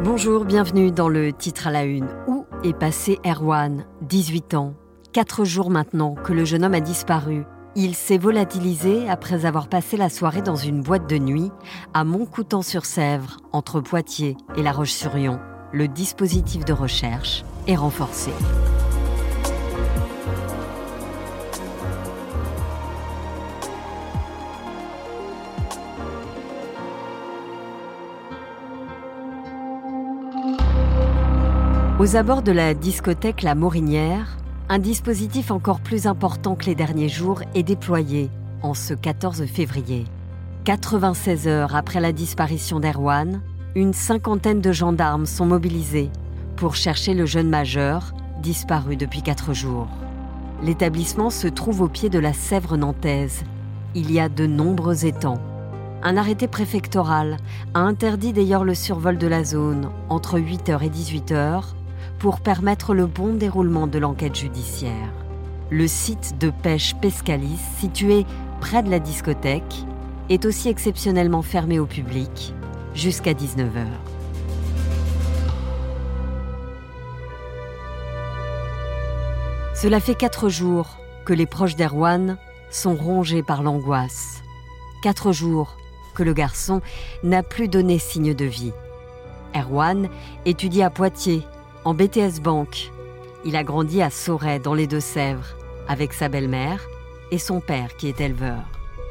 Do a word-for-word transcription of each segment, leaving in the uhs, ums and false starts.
Bonjour, bienvenue dans le titre à la une. Où est passé Erwan, dix-huit ans? Quatre jours maintenant que le jeune homme a disparu. Il s'est volatilisé après avoir passé la soirée dans une boîte de nuit à Montcoutan-sur-Sèvre, entre Poitiers et La Roche-sur-Yon. Le dispositif de recherche est renforcé. Aux abords de la discothèque La Morinière, un dispositif encore plus important que les derniers jours est déployé en ce quatorze février. quatre-vingt-seize heures après la disparition d'Erwan, une cinquantaine de gendarmes sont mobilisés pour chercher le jeune majeur disparu depuis quatre jours. L'établissement se trouve au pied de la Sèvre nantaise. Il y a de nombreux étangs. Un arrêté préfectoral a interdit d'ailleurs le survol de la zone entre huit heures et dix-huit heures pour permettre le bon déroulement de l'enquête judiciaire. Le site de pêche Pescalis, situé près de la discothèque, est aussi exceptionnellement fermé au public jusqu'à dix-neuf heures. Cela fait quatre jours que les proches d'Erwan sont rongés par l'angoisse. Quatre jours que le garçon n'a plus donné signe de vie. Erwan étudie à Poitiers, en B T S Banque. Il a grandi à Sauray, dans les Deux-Sèvres, avec sa belle-mère et son père qui est éleveur.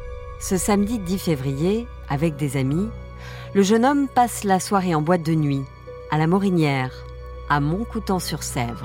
Ce samedi dix février, avec des amis, le jeune homme passe la soirée en boîte de nuit, à La Morinière, à Montcoutan-sur-Sèvre.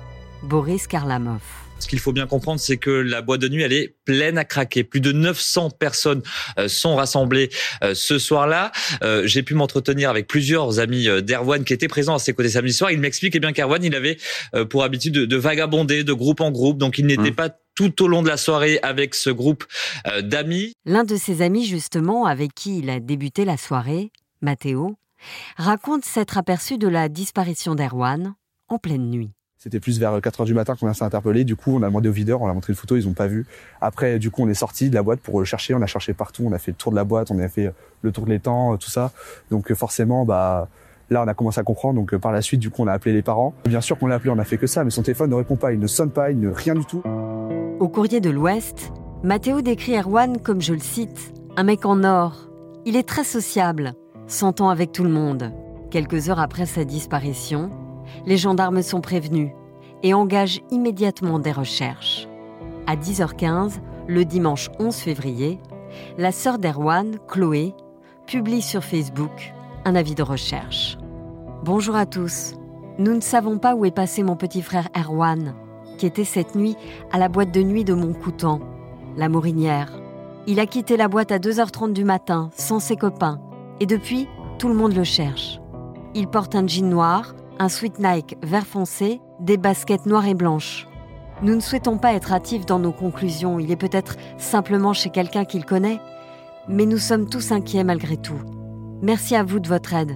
Boris Karlamov. Ce qu'il faut bien comprendre, c'est que la boîte de nuit, elle est pleine à craquer. Plus de neuf cents personnes euh, sont rassemblées euh, ce soir-là. Euh, j'ai pu m'entretenir avec plusieurs amis euh, d'Erwan qui étaient présents à ses côtés samedi soir. Il m'explique eh bien qu'Erwan, il avait euh, pour habitude de, de vagabonder de groupe en groupe. Donc, il n'était mmh. pas tout au long de la soirée avec ce groupe euh, d'amis. L'un de ses amis, justement, avec qui il a débuté la soirée, Mathéo, raconte s'être aperçu de la disparition d'Erwan en pleine nuit. C'était plus vers quatre heures du matin qu'on s'est interpellé. Du coup, on a demandé aux videurs, on a montré une photo, ils n'ont pas vu. Après, du coup, on est sorti de la boîte pour le chercher. On a cherché partout, on a fait le tour de la boîte, on a fait le tour de l'étang, tout ça. Donc forcément, bah là, on a commencé à comprendre. Donc par la suite, du coup, on a appelé les parents. Bien sûr qu'on l'a appelé, on a fait que ça, mais son téléphone ne répond pas, il ne sonne pas, il ne rien du tout. Au Courrier de l'Ouest, Mathéo décrit Erwan comme, je le cite, un mec en or. Il est très sociable, s'entend avec tout le monde. Quelques heures après sa disparition, les gendarmes sont prévenus et engagent immédiatement des recherches. À dix heures quinze, le dimanche onze février, la sœur d'Erwan, Chloé, publie sur Facebook un avis de recherche. Bonjour à tous. Nous ne savons pas où est passé mon petit frère Erwan, qui était cette nuit à la boîte de nuit de Montcoutan, La Morinière. Il a quitté la boîte à deux heures trente du matin, sans ses copains, et depuis, tout le monde le cherche. Il porte un jean noir, un sweat Nike vert foncé, des baskets noires et blanches. Nous ne souhaitons pas être hâtifs dans nos conclusions. Il est peut-être simplement chez quelqu'un qu'il connaît, mais nous sommes tous inquiets malgré tout. Merci à vous de votre aide.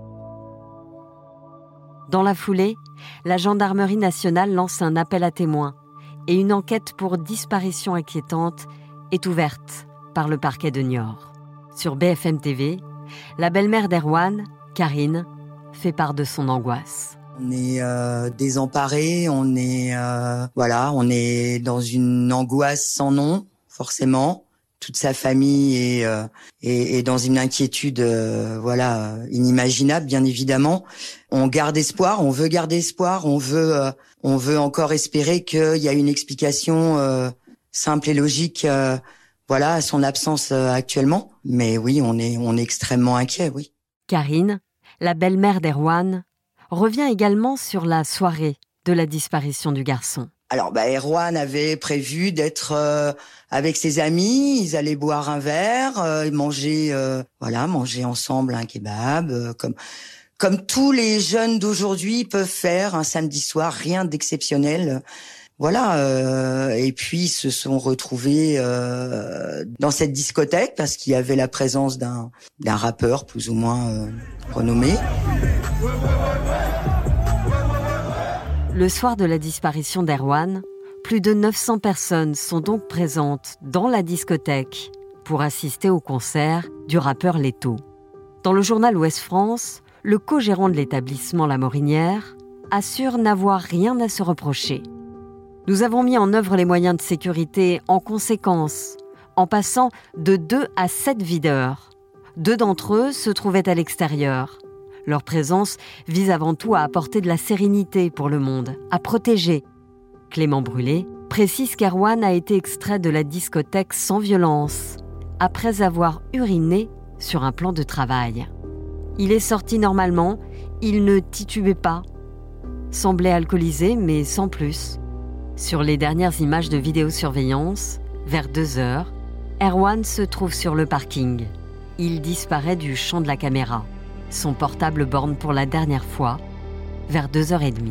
Dans la foulée, la gendarmerie nationale lance un appel à témoins et une enquête pour disparition inquiétante est ouverte par le parquet de Niort. Sur B F M T V, la belle-mère d'Erwan, Karine, fait part de son angoisse. On est euh, désemparés, on est euh, voilà, on est dans une angoisse sans nom, forcément. Toute sa famille est, euh, est, est dans une inquiétude, euh, voilà, inimaginable, bien évidemment. On garde espoir, on veut garder espoir, on veut, euh, on veut encore espérer qu'il y a une explication euh, simple et logique, euh, voilà, à son absence euh, actuellement. Mais oui, on est, on est extrêmement inquiet, oui. Karine, la belle-mère d'Erwan, revient également sur la soirée de la disparition du garçon. Alors, bah, Erwan avait prévu d'être euh, avec ses amis. Ils allaient boire un verre, euh, manger, euh, voilà, manger ensemble un kebab, euh, comme comme tous les jeunes d'aujourd'hui peuvent faire un samedi soir, rien d'exceptionnel. Voilà. Euh, et puis ils se sont retrouvés euh, dans cette discothèque parce qu'il y avait la présence d'un d'un rappeur plus ou moins euh, renommé. Le soir de la disparition d'Erwan, plus de neuf cents personnes sont donc présentes dans la discothèque pour assister au concert du rappeur Leto. Dans le journal Ouest France, le co-gérant de l'établissement La Morinière, assure n'avoir rien à se reprocher. Nous avons mis en œuvre les moyens de sécurité en conséquence, en passant de deux à sept videurs. Deux d'entre eux se trouvaient à l'extérieur. Leur présence vise avant tout à apporter de la sérénité pour le monde, à protéger. Clément Brûlé précise qu'Erwan a été extrait de la discothèque sans violence, après avoir uriné sur un plan de travail. Il est sorti normalement, il ne titubait pas, semblait alcoolisé mais sans plus. Sur les dernières images de vidéosurveillance, vers deux heures, Erwan se trouve sur le parking. Il disparaît du champ de la caméra. Son portable borne pour la dernière fois, vers deux heures trente.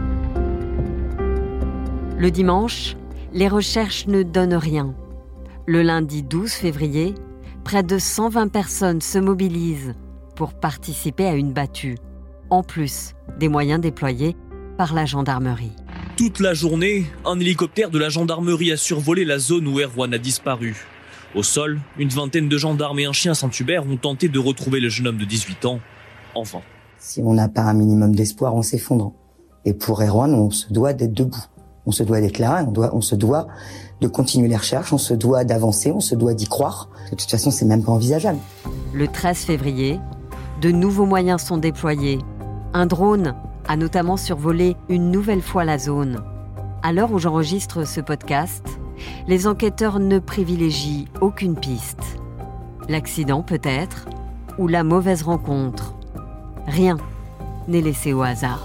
Le dimanche, les recherches ne donnent rien. Le lundi douze février, près de cent vingt personnes se mobilisent pour participer à une battue, en plus des moyens déployés par la gendarmerie. Toute la journée, un hélicoptère de la gendarmerie a survolé la zone où Erwan a disparu. Au sol, une vingtaine de gendarmes et un chien Saint-Hubert ont tenté de retrouver le jeune homme de dix-huit ans, en vain. Si on n'a pas un minimum d'espoir, on s'effondre. Et pour Erwan, on se doit d'être debout. On se doit d'être là, on, doit, on se doit de continuer les recherches, on se doit d'avancer, on se doit d'y croire. De toute façon, c'est même pas envisageable. Le treize février, de nouveaux moyens sont déployés. Un drone a notamment survolé une nouvelle fois la zone. À l'heure où j'enregistre ce podcast, les enquêteurs ne privilégient aucune piste. L'accident peut-être, ou la mauvaise rencontre. Rien n'est laissé au hasard.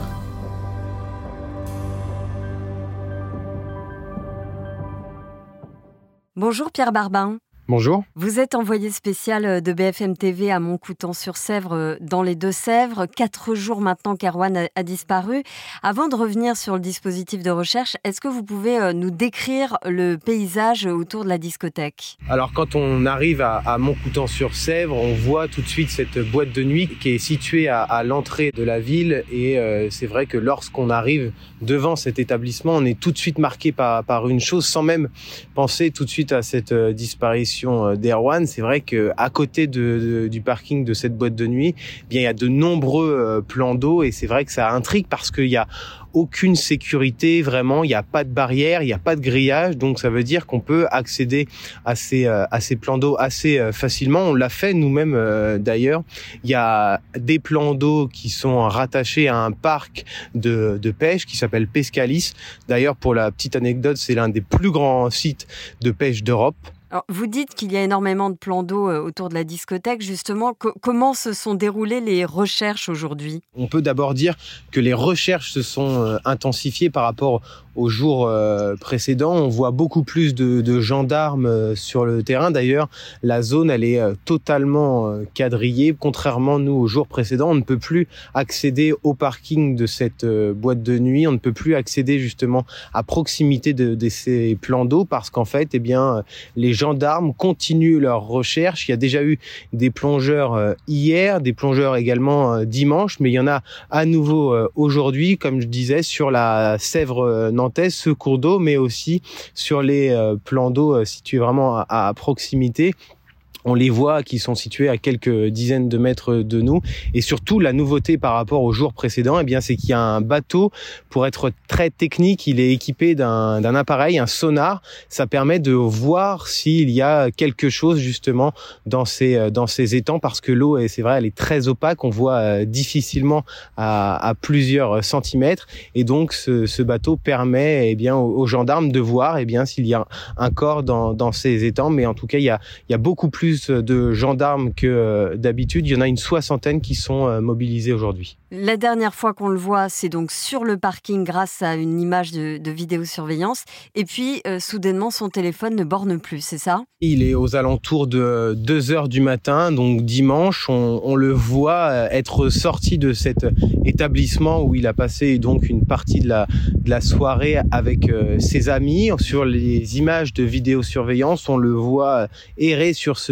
Bonjour Pierre Barbin. Bonjour. Vous êtes envoyé spécial de B F M T V à Montcoutan-sur-Sèvre, dans les Deux-Sèvres. Quatre jours maintenant qu'Erwan a, a disparu. Avant de revenir sur le dispositif de recherche, est-ce que vous pouvez nous décrire le paysage autour de la discothèque ? Alors quand on arrive à, à Montcoutan-sur-Sèvre, on voit tout de suite cette boîte de nuit qui est située à, à l'entrée de la ville. Et euh, c'est vrai que lorsqu'on arrive devant cet établissement, on est tout de suite marqué par, par une chose, sans même penser tout de suite à cette euh, disparition d'Erwan. C'est vrai que à côté de, de, du parking de cette boîte de nuit, eh bien il y a de nombreux euh, plans d'eau et c'est vrai que ça intrigue parce qu'il y a aucune sécurité, vraiment, il n'y a pas de barrière, il n'y a pas de grillage, donc ça veut dire qu'on peut accéder à ces, euh, à ces plans d'eau assez euh, facilement. On l'a fait nous-mêmes euh, d'ailleurs. Il y a des plans d'eau qui sont rattachés à un parc de, de pêche qui s'appelle Pescalis. D'ailleurs, pour la petite anecdote, c'est l'un des plus grands sites de pêche d'Europe. Alors, vous dites qu'il y a énormément de plans d'eau autour de la discothèque. Justement, co- comment se sont déroulées les recherches aujourd'hui ? On peut d'abord dire que les recherches se sont euh, intensifiées par rapport aux jours euh, précédents. On voit beaucoup plus de, de gendarmes euh, sur le terrain. D'ailleurs, la zone, elle est euh, totalement euh, quadrillée. Contrairement, nous, aux jours précédents, on ne peut plus accéder au parking de cette euh, boîte de nuit. On ne peut plus accéder justement à proximité de, de ces plans d'eau parce qu'en fait, eh bien, euh, les gendarmes continuent leurs recherches. Il y a déjà eu des plongeurs euh, hier, des plongeurs également euh, dimanche, mais il y en a à nouveau euh, aujourd'hui, comme je disais, sur la Sèvre euh, nantaise, ce cours d'eau, mais aussi sur les euh, plans d'eau euh, situés vraiment à, à proximité. On les voit qui sont situés à quelques dizaines de mètres de nous. Et surtout, la nouveauté par rapport aux jours précédents, eh bien, c'est qu'il y a un bateau. Pour être très technique, il est équipé d'un, d'un appareil, un sonar. Ça permet de voir s'il y a quelque chose justement dans ces dans ces étangs, parce que l'eau, c'est vrai, elle est très opaque. On voit difficilement à, à plusieurs centimètres. Et donc, ce, ce bateau permet, eh bien, aux, aux gendarmes de voir, eh bien, s'il y a un corps dans dans ces étangs. Mais en tout cas, il y a il y a beaucoup plus de gendarmes que d'habitude. Il y en a une soixantaine qui sont mobilisés aujourd'hui. La dernière fois qu'on le voit, c'est donc sur le parking grâce à une image de, de vidéosurveillance. Et puis, euh, soudainement, son téléphone ne borne plus, c'est ça ? Il est aux alentours de deux heures du matin, donc dimanche. On, on le voit être sorti de cet établissement où il a passé donc une partie de la, de la soirée avec euh, ses amis. Sur les images de vidéosurveillance, on le voit errer sur ce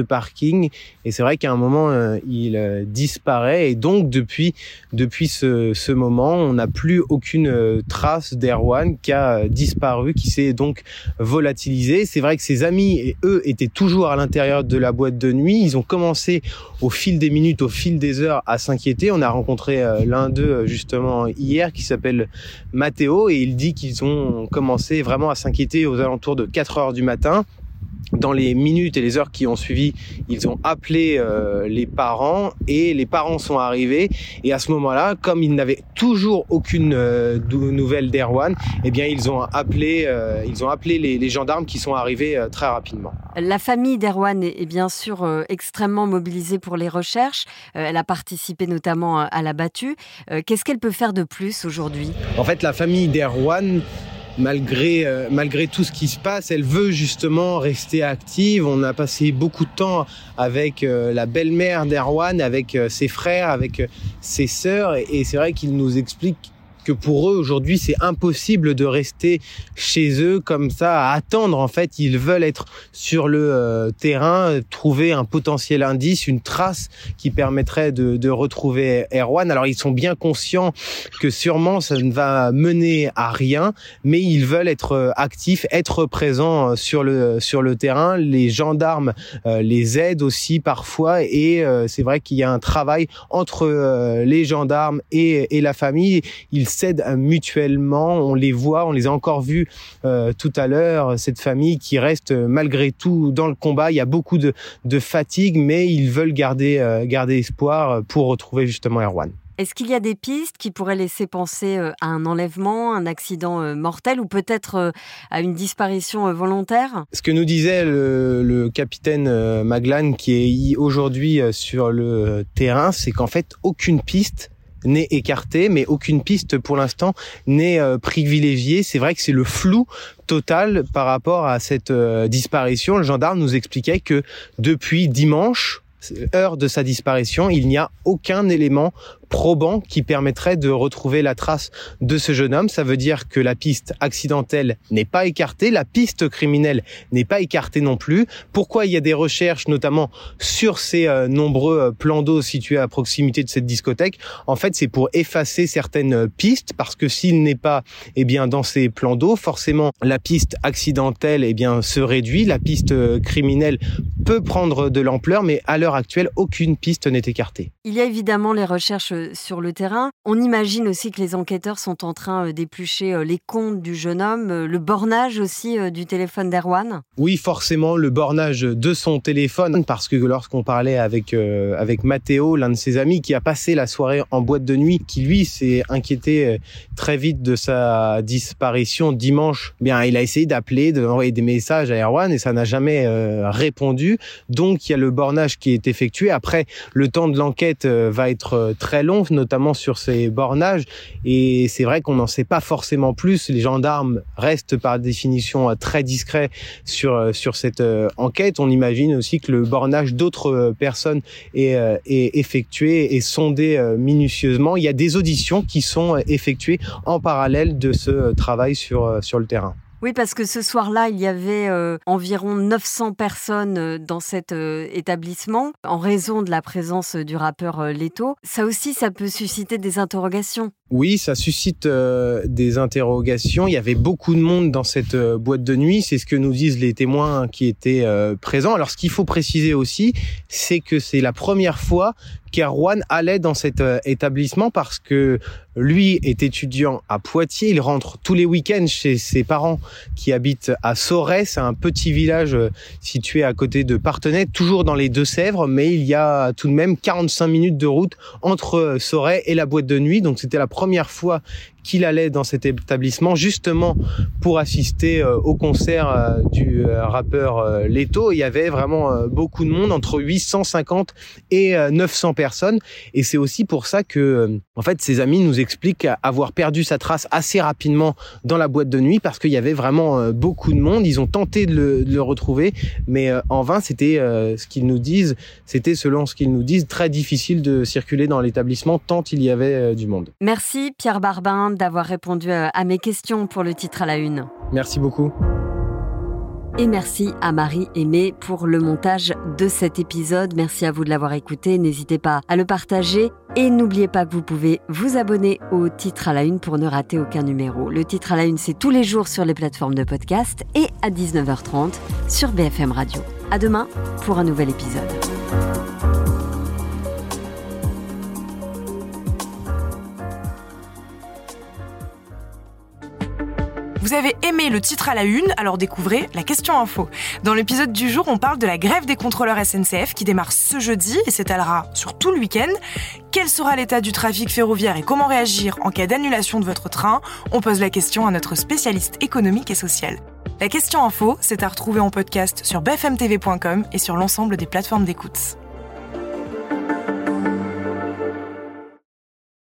parking. Et c'est vrai qu'à un moment, euh, il euh, disparaît. Et donc, depuis, depuis ce, ce moment, on n'a plus aucune euh, trace d'Erwan qui a euh, disparu, qui s'est donc volatilisé. C'est vrai que ses amis, et eux, étaient toujours à l'intérieur de la boîte de nuit. Ils ont commencé, au fil des minutes, au fil des heures, à s'inquiéter. On a rencontré euh, l'un d'eux, justement, hier, qui s'appelle Matteo, et il dit qu'ils ont commencé vraiment à s'inquiéter aux alentours de quatre heures du matin. Dans les minutes et les heures qui ont suivi, ils ont appelé euh, les parents et les parents sont arrivés. Et à ce moment-là, comme ils n'avaient toujours aucune euh, nouvelle d'Erwan, eh bien ils ont appelé, euh, ils ont appelé les, les gendarmes qui sont arrivés euh, très rapidement. La famille d'Erwan est, est bien sûr euh, extrêmement mobilisée pour les recherches. Euh, elle a participé notamment à la battue. Euh, qu'est-ce qu'elle peut faire de plus aujourd'hui ? En fait, la famille d'Erwan, Malgré, euh, malgré tout ce qui se passe, elle veut justement rester active. On a passé beaucoup de temps avec euh, la belle-mère d'Erwan, avec euh, ses frères, avec euh, ses sœurs. Et, et c'est vrai qu'ils nous expliquent que pour eux, aujourd'hui, c'est impossible de rester chez eux comme ça, à attendre. En fait, ils veulent être sur le euh, terrain, trouver un potentiel indice, une trace qui permettrait de, de retrouver Erwan. Alors, ils sont bien conscients que sûrement, ça ne va mener à rien, mais ils veulent être actifs, être présents sur le, sur le terrain. Les gendarmes euh, les aident aussi parfois, et euh, c'est vrai qu'il y a un travail entre euh, les gendarmes et, et la famille. Ils s'aident mutuellement, on les voit, on les a encore vus euh, tout à l'heure, cette famille qui reste euh, malgré tout dans le combat. Il y a beaucoup de, de fatigue, mais ils veulent garder, euh, garder espoir pour retrouver justement Erwan. Est-ce qu'il y a des pistes qui pourraient laisser penser à un enlèvement, un accident mortel ou peut-être à une disparition volontaire ? Ce que nous disait le, le capitaine Maglan, qui est aujourd'hui sur le terrain, c'est qu'en fait, aucune piste n'est écartée, mais aucune piste pour l'instant n'est euh, privilégiée. C'est vrai que c'est le flou total par rapport à cette euh, disparition. Le gendarme nous expliquait que depuis dimanche, heure de sa disparition, il n'y a aucun élément probant qui permettrait de retrouver la trace de ce jeune homme. Ça veut dire que la piste accidentelle n'est pas écartée, la piste criminelle n'est pas écartée non plus. Pourquoi il y a des recherches, notamment sur ces euh, nombreux plans d'eau situés à proximité de cette discothèque ? En fait, c'est pour effacer certaines pistes, parce que s'il n'est pas eh bien, dans ces plans d'eau, forcément, la piste accidentelle eh bien, se réduit, la piste criminelle peut prendre de l'ampleur, mais à l'heure actuelle, aucune piste n'est écartée. Il y a évidemment les recherches sur le terrain. On imagine aussi que les enquêteurs sont en train d'éplucher les comptes du jeune homme, le bornage aussi du téléphone d'Erwan. Oui, forcément, le bornage de son téléphone, parce que lorsqu'on parlait avec euh, avec Matteo, l'un de ses amis qui a passé la soirée en boîte de nuit, qui lui s'est inquiété très vite de sa disparition dimanche, bien il a essayé d'appeler, d'envoyer des messages à Erwan et ça n'a jamais euh, répondu. Donc il y a le bornage qui est effectué. Après, le temps de l'enquête euh, va être très long, notamment sur ces bornages, et c'est vrai qu'on n'en sait pas forcément plus. Les gendarmes restent par définition très discrets sur sur cette enquête. On imagine aussi que le bornage d'autres personnes est, est effectué et sondé minutieusement. Il y a des auditions qui sont effectuées en parallèle de ce travail sur sur le terrain. Oui, parce que ce soir-là, il y avait euh, environ neuf cents personnes dans cet euh, établissement, en raison de la présence du rappeur euh, Leto. Ça aussi, ça peut susciter des interrogations. Oui, ça suscite euh, des interrogations. Il y avait beaucoup de monde dans cette euh, boîte de nuit. C'est ce que nous disent les témoins qui étaient euh, présents. Alors, ce qu'il faut préciser aussi, c'est que c'est la première fois qu'Erwan allait dans cet euh, établissement, parce que lui est étudiant à Poitiers. Il rentre tous les week-ends chez ses parents qui habitent à Sorey. C'est un petit village euh, situé à côté de Parthenay, toujours dans les Deux-Sèvres, mais il y a tout de même quarante-cinq minutes de route entre Sorey et la boîte de nuit. Donc, c'était la première fois qu'il allait dans cet établissement, justement pour assister euh, au concert euh, du euh, rappeur euh, Leto. Il y avait vraiment euh, beaucoup de monde, entre huit cent cinquante et euh, neuf cents personnes. Et c'est aussi pour ça que, euh, en fait, ses amis nous expliquent avoir perdu sa trace assez rapidement dans la boîte de nuit, parce qu'il y avait vraiment euh, beaucoup de monde. Ils ont tenté de le, de le retrouver, mais euh, en vain. C'était euh, ce qu'ils nous disent. C'était, selon ce qu'ils nous disent, très difficile de circuler dans l'établissement tant il y avait euh, du monde. Merci Pierre Barbin d'avoir répondu à mes questions pour le titre à la une. Merci beaucoup. Et merci à Marie-Aimée pour le montage de cet épisode. Merci à vous de l'avoir écouté. N'hésitez pas à le partager. Et n'oubliez pas que vous pouvez vous abonner au Titre à la Une pour ne rater aucun numéro. Le Titre à la Une, c'est tous les jours sur les plateformes de podcast et à dix-neuf heures trente sur B F M Radio. À demain pour un nouvel épisode. Vous avez aimé le Titre à la Une, alors découvrez la question info. Dans l'épisode du jour, on parle de la grève des contrôleurs S N C F qui démarre ce jeudi et s'étalera sur tout le week-end. Quel sera l'état du trafic ferroviaire et comment réagir en cas d'annulation de votre train ? On pose la question à notre spécialiste économique et social. La question info, c'est à retrouver en podcast sur b f m t v point com et sur l'ensemble des plateformes d'écoute.